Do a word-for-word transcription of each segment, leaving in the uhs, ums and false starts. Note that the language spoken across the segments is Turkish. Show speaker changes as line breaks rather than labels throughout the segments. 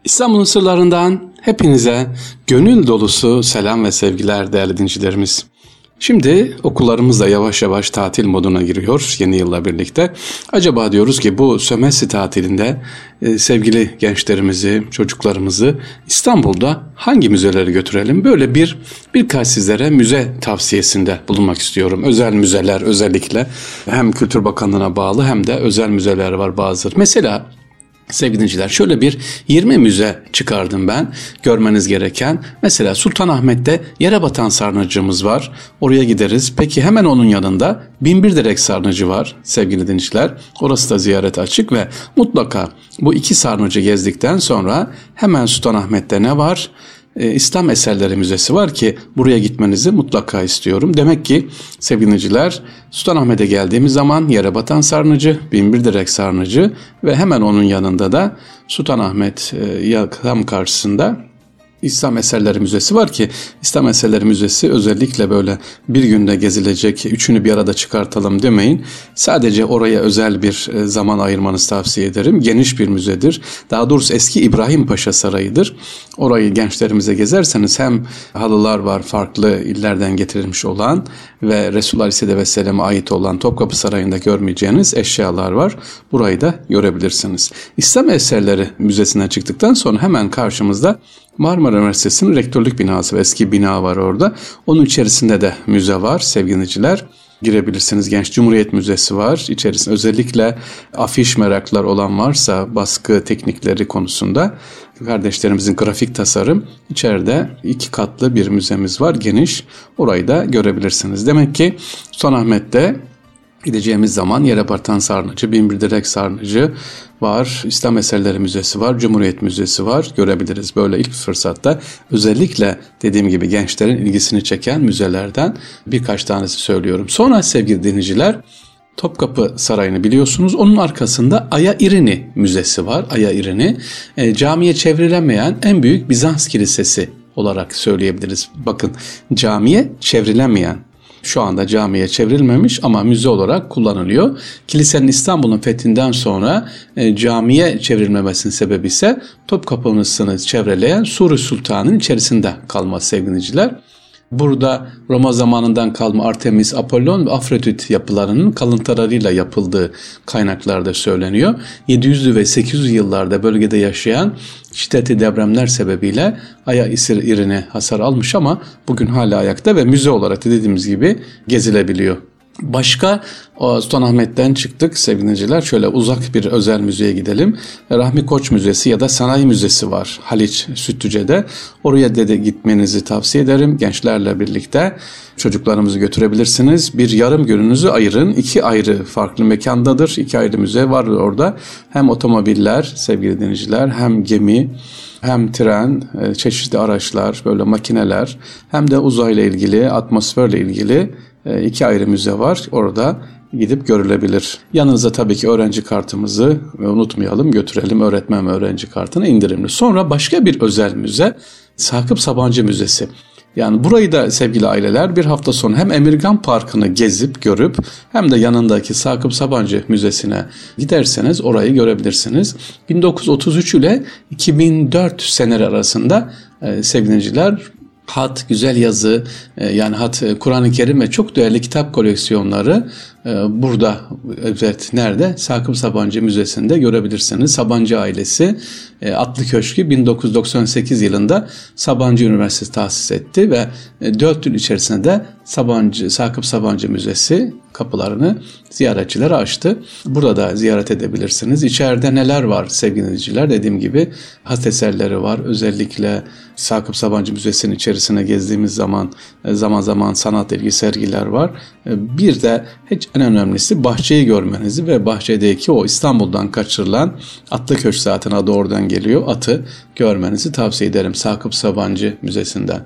İstanbul'un sırlarından hepinize gönül dolusu selam ve sevgiler değerli dinleyicilerimiz. Şimdi okullarımız da yavaş yavaş tatil moduna giriyor yeni yılla birlikte. Acaba diyoruz ki bu sömestr tatilinde e, sevgili gençlerimizi, çocuklarımızı İstanbul'da hangi müzeleri götürelim? Böyle bir birkaç sizlere müze tavsiyesinde bulunmak istiyorum. Özel müzeler özellikle hem Kültür Bakanlığı'na bağlı hem de özel müzeler var bazıları. Mesela sevgili dinleyiciler şöyle bir yirmi müze çıkardım ben görmeniz gereken. Mesela Sultanahmet'te Yerebatan Sarnıcımız var. Oraya gideriz. Peki hemen onun yanında Binbirdirek Sarnıcı var sevgili dinleyiciler. Orası da ziyarete açık ve mutlaka bu iki sarnıcı gezdikten sonra hemen Sultanahmet'te ne var? Ee, İslam Eserleri Müzesi var ki buraya gitmenizi mutlaka istiyorum. Demek ki sevgili dinleyiciler Sultanahmet'e geldiğimiz zaman Yerebatan Sarnıcı, Binbirdirek Sarnıcı ve hemen onun yanında da Sultanahmet e, tam karşısında İslam Eserleri Müzesi var ki İslam Eserleri Müzesi özellikle böyle bir günde gezilecek, üçünü bir arada çıkartalım demeyin. Sadece oraya özel bir zaman ayırmanızı tavsiye ederim. Geniş bir müzedir. Daha doğrusu eski İbrahim Paşa Sarayı'dır. Orayı gençlerimize gezerseniz hem halılar var farklı illerden getirilmiş olan ve Resulullah Aleyhisselatü Vesselam'a ait olan Topkapı Sarayı'nda görmeyeceğiniz eşyalar var. Burayı da görebilirsiniz. İslam Eserleri Müzesi'nden çıktıktan sonra hemen karşımızda Marmara Üniversitesi'nin rektörlük binası ve eski bina var orada. Onun içerisinde de müze var sevgili dinleyiciler. Girebilirsiniz. Genç Cumhuriyet Müzesi var. İçerisinde özellikle afiş meraklar olan varsa baskı teknikleri konusunda kardeşlerimizin grafik tasarım içeride iki katlı bir müzemiz var. Geniş. Orayı da görebilirsiniz. Demek ki Sultanahmet'te gideceğimiz zaman Yerebatan Sarnıcı, Binbirdirek Sarnıcı var, İslam Eserleri Müzesi var, Cumhuriyet Müzesi var. Görebiliriz böyle ilk fırsatta. Özellikle dediğim gibi gençlerin ilgisini çeken müzelerden birkaç tanesi söylüyorum. Sonra sevgili dinleyiciler Topkapı Sarayı'nı biliyorsunuz. Onun arkasında Aya İrini Müzesi var. Aya İrini e, camiye çevrilemeyen en büyük Bizans kilisesi olarak söyleyebiliriz. Bakın camiye çevrilemeyen. Şu anda camiye çevrilmemiş ama müze olarak kullanılıyor. Kilisenin İstanbul'un fethinden sonra e, camiye çevrilmemesinin sebebi ise Topkapı'nı çevreleyen Sur-i Sultan'ın içerisinde kalması sevgili dinleyiciler. Burada Roma zamanından kalma Artemis, Apollon ve Afrodit yapılarının kalıntılarıyla yapıldığı kaynaklarda söyleniyor. yedi yüzlü ve sekiz yüzlü yıllarda bölgede yaşayan şiddetli depremler sebebiyle Aya İrini hasar almış ama bugün hala ayakta ve müze olarak da dediğimiz gibi gezilebiliyor. Başka Sultanahmet'ten çıktık sevgili dinleyiciler. Şöyle uzak bir özel müzeye gidelim. Rahmi Koç Müzesi ya da Sanayi Müzesi var Haliç Sütlüce'de. Oraya da gitmenizi tavsiye ederim. Gençlerle birlikte çocuklarımızı götürebilirsiniz. Bir yarım gününüzü ayırın. İki ayrı farklı mekandadır. İki ayrı müze var orada. Hem otomobiller sevgili dinleyiciler hem gemi hem tren, çeşitli araçlar, böyle makineler hem de uzayla ilgili, atmosferle ilgili İki ayrı müze var. Orada gidip görülebilir. Yanınıza tabii ki öğrenci kartımızı unutmayalım, götürelim. Öğretmen ve öğrenci kartını indirimli. Sonra başka bir özel müze Sakıp Sabancı Müzesi. Yani burayı da sevgili aileler bir hafta sonu hem Emirgan Parkı'nı gezip görüp hem de yanındaki Sakıp Sabancı Müzesi'ne giderseniz orayı görebilirsiniz. bin dokuz yüz otuz üç ile iki bin dört seneleri arasında e, sevgili dinleyiciler hat, güzel yazı, yani hat, Kur'an-ı Kerim ve çok değerli kitap koleksiyonları burada, evet nerede? Sakıp Sabancı Müzesi'nde görebilirsiniz. Sabancı ailesi Atlı Köşkü bin dokuz yüz doksan sekiz yılında Sabancı Üniversitesi tahsis etti ve dört yıl içerisinde de Sabancı, Sakıp Sabancı Müzesi kapılarını ziyaretçilere açtı. Burada da ziyaret edebilirsiniz. İçeride neler var sevgili dinleyiciler? Dediğim gibi hat eserleri var. Özellikle Sakıp Sabancı Müzesi'nin içerisine gezdiğimiz zaman zaman zaman sanat ilgili sergiler var. Bir de hiç en önemlisi bahçeyi görmenizi ve bahçedeki o İstanbul'dan kaçırılan Atlı Köşk, zaten adı oradan geliyor. Atı görmenizi tavsiye ederim Sakıp Sabancı Müzesi'nden.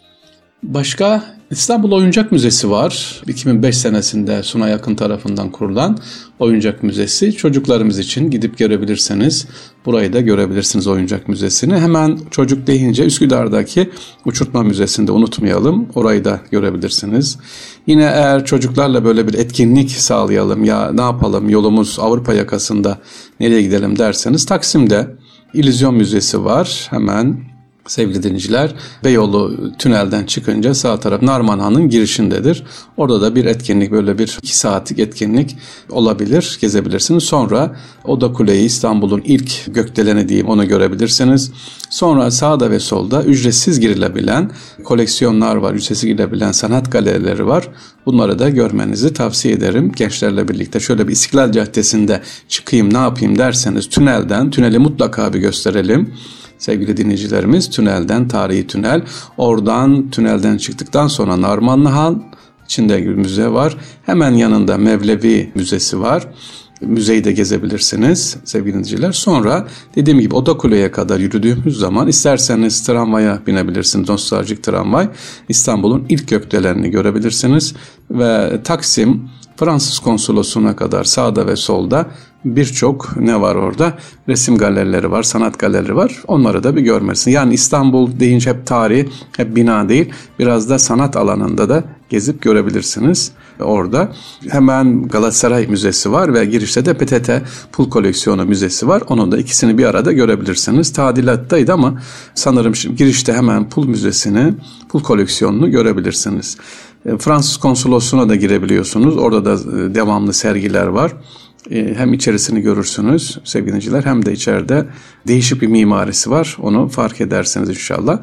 Başka İstanbul Oyuncak Müzesi var. iki bin beş senesinde Sunay Akın tarafından kurulan Oyuncak Müzesi. Çocuklarımız için gidip görebilirseniz burayı da görebilirsiniz Oyuncak Müzesi'ni. Hemen çocuk deyince Üsküdar'daki Uçurtma Müzesi'nde unutmayalım. Orayı da görebilirsiniz. Yine eğer çocuklarla böyle bir etkinlik sağlayalım ya ne yapalım yolumuz Avrupa yakasında nereye gidelim derseniz Taksim'de İllüzyon Müzesi var hemen. Sevgili dinleyiciler, Beyoğlu tünelden çıkınca sağ taraf Narman Han'ın girişindedir. Orada da bir etkinlik, böyle bir iki saatlik etkinlik olabilir, gezebilirsiniz. Sonra Oda Kuleyi, İstanbul'un ilk gökdeleni diyeyim, onu görebilirsiniz. Sonra sağda ve solda ücretsiz girilebilen koleksiyonlar var, ücretsiz girilebilen sanat galerileri var. Bunları da görmenizi tavsiye ederim. Gençlerle birlikte şöyle bir İstiklal Caddesi'nde çıkayım, ne yapayım derseniz tünelden, tüneli mutlaka bir gösterelim. Sevgili dinleyicilerimiz, tünelden, tarihi tünel, oradan tünelden çıktıktan sonra Narmanlı Han, içinde bir müze var. Hemen yanında Mevlevi Müzesi var. Müzeyi de gezebilirsiniz sevgili dinleyiciler. Sonra dediğim gibi Oda Kule'ye kadar yürüdüğümüz zaman isterseniz tramvaya binebilirsiniz. Nostaljik tramvay. İstanbul'un ilk gökdelenini görebilirsiniz. Ve Taksim Fransız Konsolosluğu'na kadar sağda ve solda birçok ne var orada? Resim galerileri var, sanat galerileri var. Onları da bir görmelisin. Yani İstanbul deyince hep tarih, hep bina değil. Biraz da sanat alanında da gezip görebilirsiniz. Orada hemen Galatasaray Müzesi var ve girişte de P T T Pul Koleksiyonu Müzesi var. Onun da ikisini bir arada görebilirsiniz. Tadilattaydı ama sanırım şimdi girişte hemen Pul Müzesi'ni, Pul Koleksiyonunu görebilirsiniz. Fransız Konsolosluğu'na da girebiliyorsunuz. Orada da devamlı sergiler var. Hem içerisini görürsünüz sevgili dinleyiciler, hem de içeride değişik bir mimarisi var. Onu fark edersiniz inşallah.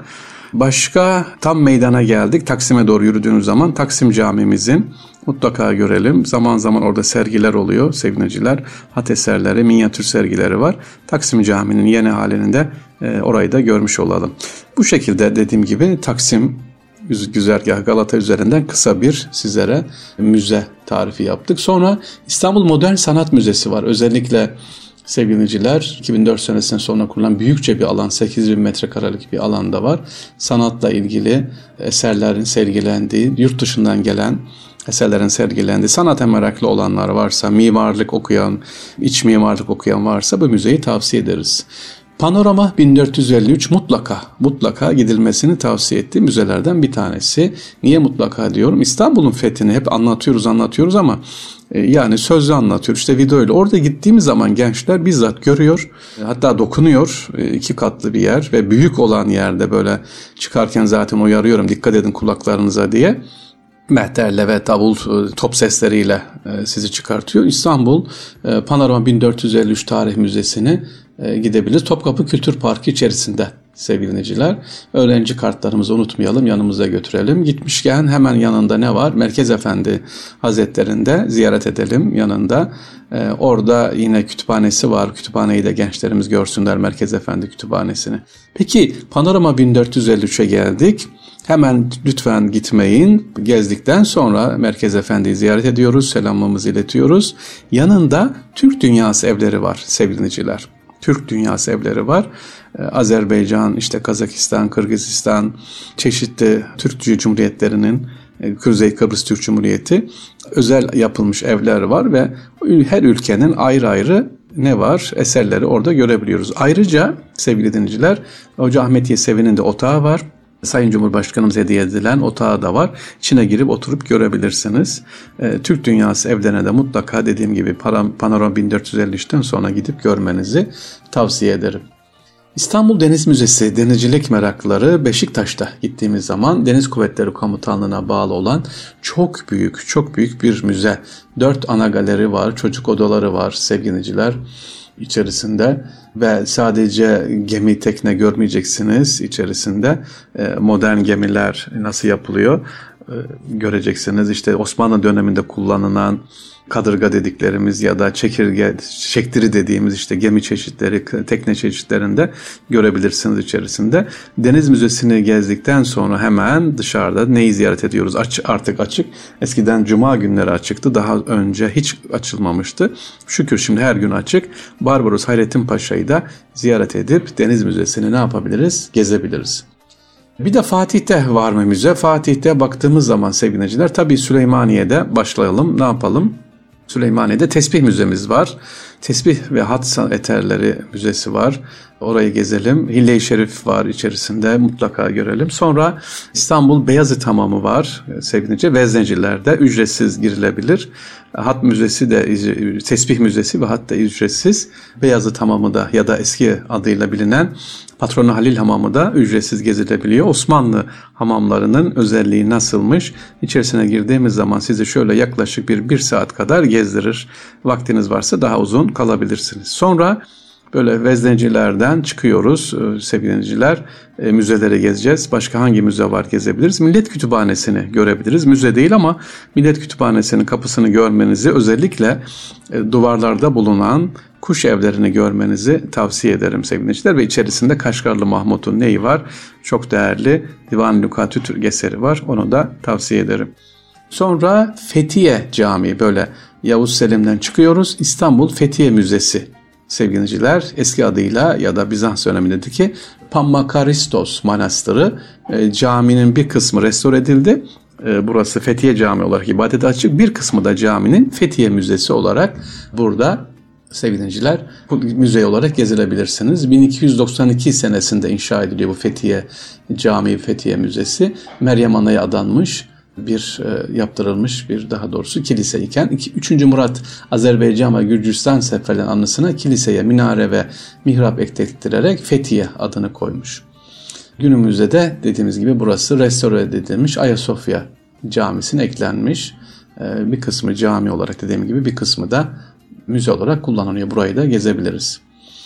Başka tam meydana geldik. Taksim'e doğru yürüdüğünüz zaman Taksim Camimizin mutlaka görelim. Zaman zaman orada sergiler oluyor sevgili dinleyiciler. Hat eserleri, minyatür sergileri var. Taksim Camii'nin yeni halini de e, orayı da görmüş olalım. Bu şekilde dediğim gibi Taksim güzergah Galata üzerinden kısa bir sizlere müze tarifi yaptık. Sonra İstanbul Modern Sanat Müzesi var. Özellikle sevgili dinleyiciler, iki bin dört senesinin sonuna kurulan büyükçe bir alan, sekiz bin metrekarelik bir alanda var. Sanatla ilgili eserlerin sergilendiği, yurt dışından gelen eserlerin sergilendiği, sanata meraklı olanlar varsa, mimarlık okuyan, iç mimarlık okuyan varsa bu müzeyi tavsiye ederiz. Panorama bin dört yüz elli üç mutlaka, mutlaka gidilmesini tavsiye ettiği müzelerden bir tanesi. Niye mutlaka diyorum? İstanbul'un fethini hep anlatıyoruz, anlatıyoruz ama e, yani sözlü anlatıyoruz. İşte videoyla. Orada gittiğimiz zaman gençler bizzat görüyor, hatta dokunuyor. E, iki katlı bir yer ve büyük olan yerde böyle çıkarken zaten uyarıyorum, dikkat edin kulaklarınıza diye. Mehterle ve davul top sesleriyle sizi çıkartıyor. İstanbul Panorama bin dört yüz elli üç Tarih Müzesi'ne gidebilir. Topkapı Kültür Parkı içerisinde sevgili dinleyiciler. Öğrenci kartlarımızı unutmayalım, yanımıza götürelim. Gitmişken hemen yanında ne var? Merkez Efendi Hazretleri'nde ziyaret edelim yanında. Orada yine kütüphanesi var. Kütüphaneyi de gençlerimiz görsünler, Merkez Efendi Kütüphanesi'ni. Peki Panorama bin dört yüz elli üçe geldik. Hemen lütfen gitmeyin. Gezdikten sonra Merkez Efendi'yi ziyaret ediyoruz, selamımızı iletiyoruz. Yanında Türk Dünyası Evleri var sevgili dinleyiciler. Türk Dünyası Evleri var. Azerbaycan, işte Kazakistan, Kırgızistan, çeşitli Türk Cumhuriyetlerinin, Kuzey Kıbrıs Türk Cumhuriyeti özel yapılmış evler var ve her ülkenin ayrı ayrı ne var? Eserleri orada görebiliyoruz. Ayrıca sevgili dinleyiciler, Hoca Ahmet Yesevi'nin de otağı var. Sayın Cumhurbaşkanımız hediye edilen otağı da var. İçine girip oturup görebilirsiniz. E, Türk Dünyası Evlerine de mutlaka dediğim gibi Panorama bin dört yüz elli üçten sonra gidip görmenizi tavsiye ederim. İstanbul Deniz Müzesi, denizcilik meraklıları Beşiktaş'ta gittiğimiz zaman Deniz Kuvvetleri Komutanlığı'na bağlı olan çok büyük, çok büyük bir müze. Dört ana galeri var, çocuk odaları var sevgili dinleyiciler içerisinde ve sadece gemi, tekne görmeyeceksiniz içerisinde. Modern gemiler nasıl yapılıyor göreceksiniz. İşte Osmanlı döneminde kullanılan kadırga dediklerimiz ya da çekirge, çektiri dediğimiz işte gemi çeşitleri, tekne çeşitlerinde görebilirsiniz içerisinde. Deniz Müzesi'ni gezdikten sonra hemen dışarıda neyi ziyaret ediyoruz? Aç, artık açık. Eskiden cuma günleri açıktı. Daha önce hiç açılmamıştı. Şükür şimdi her gün açık. Barbaros Hayrettin Paşa'yı da ziyaret edip Deniz Müzesi'ni ne yapabiliriz? Gezebiliriz. Bir de Fatih'te var mı müze? Fatih'te baktığımız zaman sevgili dinleyiciler, tabii Süleymaniye'de başlayalım. Ne yapalım? Süleymaniye'de Tesbih Müzemiz var. Tesbih ve Hat Eserleri Müzesi var. Orayı gezelim. Hille-i Şerif var içerisinde, mutlaka görelim. Sonra İstanbul Beyazıt Hamamı var sevgili dinleyiciler. Vezneciler'de ücretsiz girilebilir. Hat Müzesi de, Tesbih Müzesi ve hat da ücretsiz. Beyazıt Hamamı da ya da eski adıyla bilinen Patronu Halil Hamamı da ücretsiz gezilebiliyor. Osmanlı hamamlarının özelliği nasılmış? İçerisine girdiğimiz zaman sizi şöyle yaklaşık bir bir saat kadar gezdirir. Vaktiniz varsa daha uzun kalabilirsiniz. Sonra böyle veznecilerden çıkıyoruz sevgili dinleyiciler. E, müzeleri gezeceğiz. Başka hangi müze var gezebiliriz? Millet Kütüphanesi'ni görebiliriz. Müze değil ama Millet Kütüphanesi'nin kapısını görmenizi, özellikle e, duvarlarda bulunan kuş evlerini görmenizi tavsiye ederim sevgili dinleyiciler. Ve içerisinde Kaşgarlı Mahmut'un neyi var? Çok değerli Divan-ı Lügat-ı Türk eseri var. Onu da tavsiye ederim. Sonra Fethiye Camii, böyle Yavuz Selim'den çıkıyoruz. İstanbul Fethiye Müzesi. Sevgili dinleyiciler, eski adıyla ya da Bizans dönemindeki Pammakaristos Manastırı, e, caminin bir kısmı restore edildi. E, burası Fethiye Camii olarak ibadete açık. Bir kısmı da caminin Fethiye Müzesi olarak burada sevgili dinleyiciler bu müze olarak gezilebilirsiniz. bin iki yüz doksan iki senesinde inşa ediliyor bu Fethiye Camii, Fethiye Müzesi. Meryem Ana'ya adanmış bir e, yaptırılmış bir daha doğrusu kilise iken üçüncü Murat Azerbaycan ve Gürcistan seferlerinin anısına kiliseye minare ve mihrap eklettirerek Fethiye adını koymuş. Günümüzde de dediğimiz gibi burası restore edilmiş Ayasofya Camisi'ne eklenmiş. E, bir kısmı cami olarak dediğim gibi bir kısmı da müze olarak kullanılıyor. Burayı da gezebiliriz.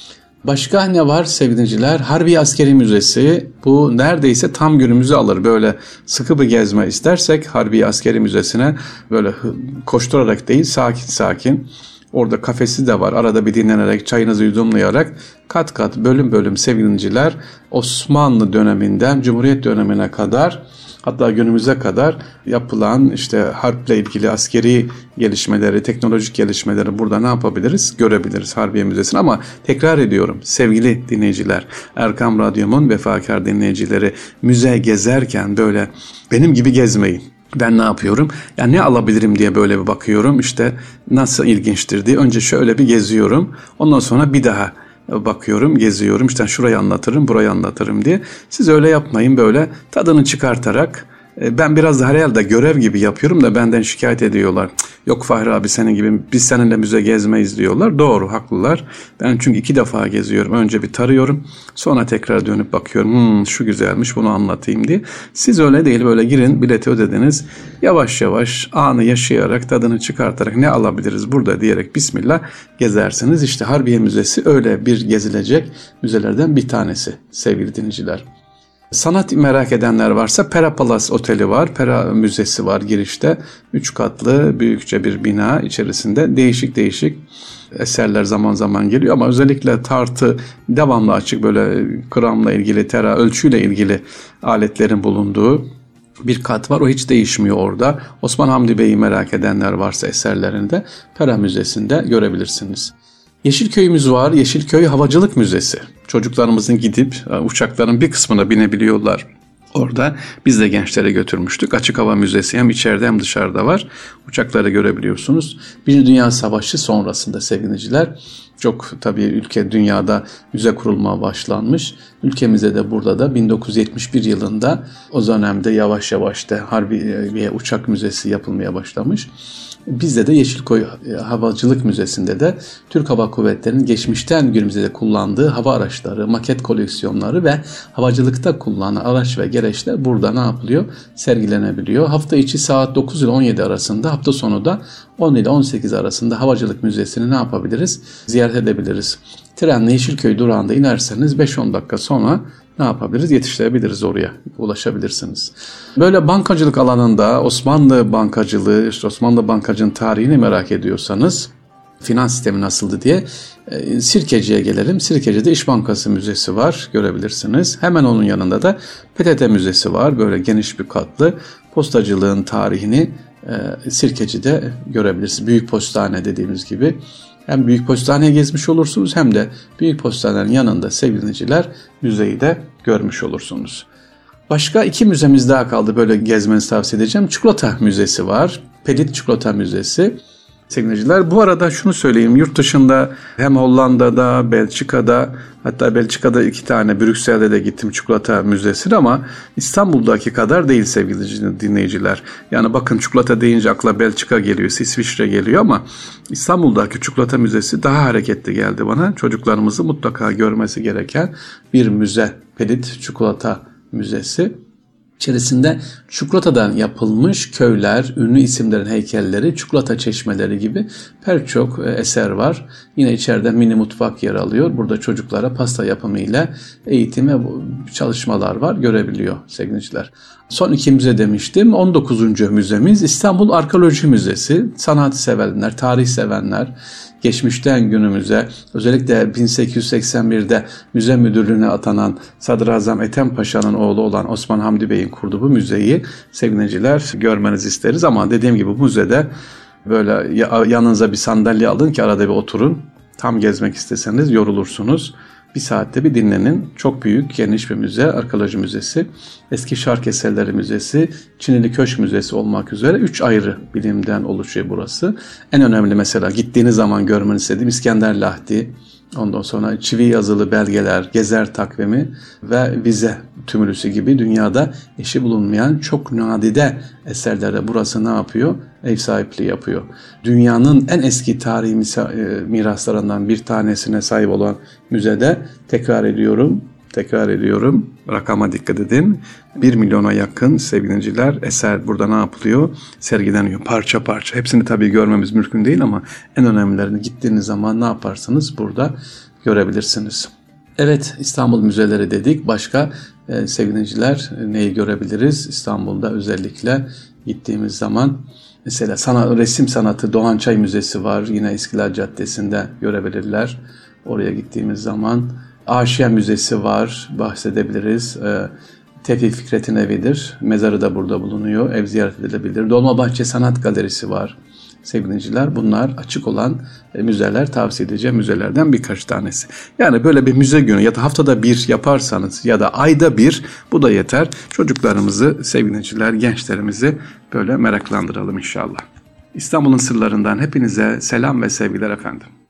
Başka ne var sevgili dinleyiciler? Harbiye Askeri Müzesi, bu neredeyse tam günümüzü alır. Böyle sıkı bir gezme istersek Harbiye Askeri Müzesi'ne böyle koşturarak değil, sakin sakin. Orada kafesi de var. Arada bir dinlenerek, çayınızı yudumlayarak kat kat, bölüm bölüm sevgili dinleyiciler Osmanlı döneminden Cumhuriyet dönemine kadar, hatta günümüze kadar yapılan işte harple ilgili askeri gelişmeleri, teknolojik gelişmeleri burada ne yapabiliriz? Görebiliriz Harbiye Müzesi'ni. Ama tekrar ediyorum sevgili dinleyiciler, Erkam Radyom'un vefakar dinleyicileri, müze gezerken böyle benim gibi gezmeyin. Ben ne yapıyorum? Ya ne alabilirim diye böyle bir bakıyorum. İşte nasıl ilginçtir diye önce şöyle bir geziyorum. Ondan sonra bir daha bakıyorum, geziyorum. İşte şurayı anlatırım, burayı anlatırım diye. Siz öyle yapmayın, böyle tadını çıkartarak. Ben biraz da herhalde görev gibi yapıyorum da benden şikayet ediyorlar. Yok Fahri abi senin gibi biz seninle müze gezmeyiz diyorlar. Doğru, haklılar. Ben çünkü iki defa geziyorum. Önce bir tarıyorum. Sonra tekrar dönüp bakıyorum. Hmm, şu güzelmiş, bunu anlatayım diye. Siz öyle değil, böyle girin, bileti ödediniz. Yavaş yavaş anı yaşayarak, tadını çıkartarak ne alabiliriz burada diyerek bismillah gezersiniz. İşte Harbiye Müzesi öyle bir gezilecek müzelerden bir tanesi sevgili dinleyiciler. Sanat merak edenler varsa Pera Palace Oteli var. Pera Müzesi var girişte. Üç katlı büyükçe bir bina, içerisinde değişik değişik eserler zaman zaman geliyor. Ama özellikle tartı devamlı açık, böyle gramla ilgili, tera ölçüyle ilgili aletlerin bulunduğu bir kat var. O hiç değişmiyor orada. Osman Hamdi Bey'i merak edenler varsa eserlerinde Pera Müzesi'nde görebilirsiniz. Yeşilköy'ümüz var. Yeşilköy Havacılık Müzesi. Çocuklarımızın gidip uçakların bir kısmına binebiliyorlar. Orada biz de gençlere götürmüştük. Açık hava müzesi hem içeride hem dışarıda var. Uçakları görebiliyorsunuz. Birinci Dünya Savaşı sonrasında sevgili dinleyiciler, çok tabii ülke dünyada müze kurulmaya başlanmış. Ülkemizde de burada da bin dokuz yüz yetmiş bir yılında o dönemde yavaş yavaş da Harbiye Uçak Müzesi yapılmaya başlamış. Bizde de Yeşilköy Havacılık Müzesi'nde de Türk Hava Kuvvetleri'nin geçmişten günümüze de kullandığı hava araçları, maket koleksiyonları ve havacılıkta kullanılan araç ve gereçler burada ne yapılıyor? Sergilenebiliyor. Hafta içi saat dokuz ile on yedi arasında, hafta sonu da on ile on sekiz arasında Havacılık Müzesi'ni ne yapabiliriz? Ziyaret edebiliriz. Trenle Yeşilköy durağında inerseniz beş on dakika sonra ne yapabiliriz? Yetiştirebiliriz, oraya ulaşabilirsiniz. Böyle bankacılık alanında Osmanlı bankacılığı, işte Osmanlı bankacının tarihini merak ediyorsanız, finans sistemi nasıldı diye e, Sirkeci'ye gelelim. Sirkeci'de İş Bankası Müzesi var, görebilirsiniz. Hemen onun yanında da P T T Müzesi var, böyle geniş bir katlı. Postacılığın tarihini e, Sirkeci'de görebilirsiniz. Büyük Postane dediğimiz gibi. Hem Büyük Postane'ye gezmiş olursunuz hem de Büyük Postane'nin yanında sevgili dinleyiciler müzeyi de görmüş olursunuz. Başka iki müzemiz daha kaldı, böyle gezmenizi tavsiye edeceğim. Çikolata Müzesi var. Pelit Çikolata Müzesi. Sevgiliciler, bu arada şunu söyleyeyim, yurt dışında hem Hollanda'da, Belçika'da, hatta Belçika'da iki tane, Brüksel'de de gittim çikolata müzesine, ama İstanbul'daki kadar değil sevgili dinleyiciler. Yani bakın, çikolata deyince akla Belçika geliyor, İsviçre geliyor, ama İstanbul'daki çikolata müzesi daha hareketli geldi bana. Çocuklarımızı mutlaka görmesi gereken bir müze, Pelit Çikolata Müzesi. İçerisinde çikolatadan yapılmış köyler, ünlü isimlerin heykelleri, çikolata çeşmeleri gibi pek çok eser var. Yine içeride mini mutfak yer alıyor. Burada çocuklara pasta yapımıyla eğitim ve çalışmalar var, görebiliyor sevgiliciler. Son iki müze demiştim. on dokuzuncu müzemiz İstanbul Arkeoloji Müzesi. Sanat sevenler, tarih sevenler, geçmişten günümüze, özellikle bin sekiz yüz seksen birde müze müdürlüğüne atanan Sadrazam Ethem Paşa'nın oğlu olan Osman Hamdi Bey'in kurduğu bu müzeyi sevgiliciler görmenizi isteriz. Ama dediğim gibi bu müzede böyle yanınıza bir sandalye alın ki arada bir oturun. Tam gezmek isteseniz yorulursunuz. Bir saatte bir dinlenin. Çok büyük, geniş bir müze, Arkeoloji Müzesi, Eski Şark Eserleri Müzesi, Çinili Köşk Müzesi olmak üzere üç ayrı bilimden oluşuyor burası. En önemli mesela gittiğiniz zaman görmenizi istediğim İskender Lahdi, ondan sonra çivi yazılı belgeler, gezer takvimi ve vize tümülüsü gibi dünyada eşi bulunmayan çok nadide eserlere burası ne yapıyor? Ev sahipliği yapıyor. Dünyanın en eski tarihi miraslarından bir tanesine sahip olan müzede, tekrar ediyorum, tekrar ediyorum, rakama dikkat edin. Bir milyona yakın sevgiliciler eser burada ne yapılıyor? Sergileniyor parça parça. Hepsini tabii görmemiz mümkün değil, ama en önemlilerini gittiğiniz zaman ne yaparsınız? Burada görebilirsiniz. Evet, İstanbul müzeleri dedik. Başka e, sevgiliciler neyi görebiliriz? İstanbul'da özellikle gittiğimiz zaman mesela sana, resim sanatı Doğan Çay Müzesi var. Yine İstiklal Caddesi'nde görebilirler. Oraya gittiğimiz zaman Aşiye Müzesi var, bahsedebiliriz. E, Tevfik Fikret'in evidir. Mezarı da burada bulunuyor. Ev ziyaret edilebilir. Dolmabahçe Sanat Galerisi var. Sevgiliciler, bunlar açık olan e, müzeler, tavsiye edeceğim müzelerden birkaç tanesi. Yani böyle bir müze günü ya da haftada bir yaparsanız ya da ayda bir, bu da yeter. Çocuklarımızı, sevgiliciler, gençlerimizi böyle meraklandıralım inşallah. İstanbul'un sırlarından hepinize selam ve sevgiler efendim.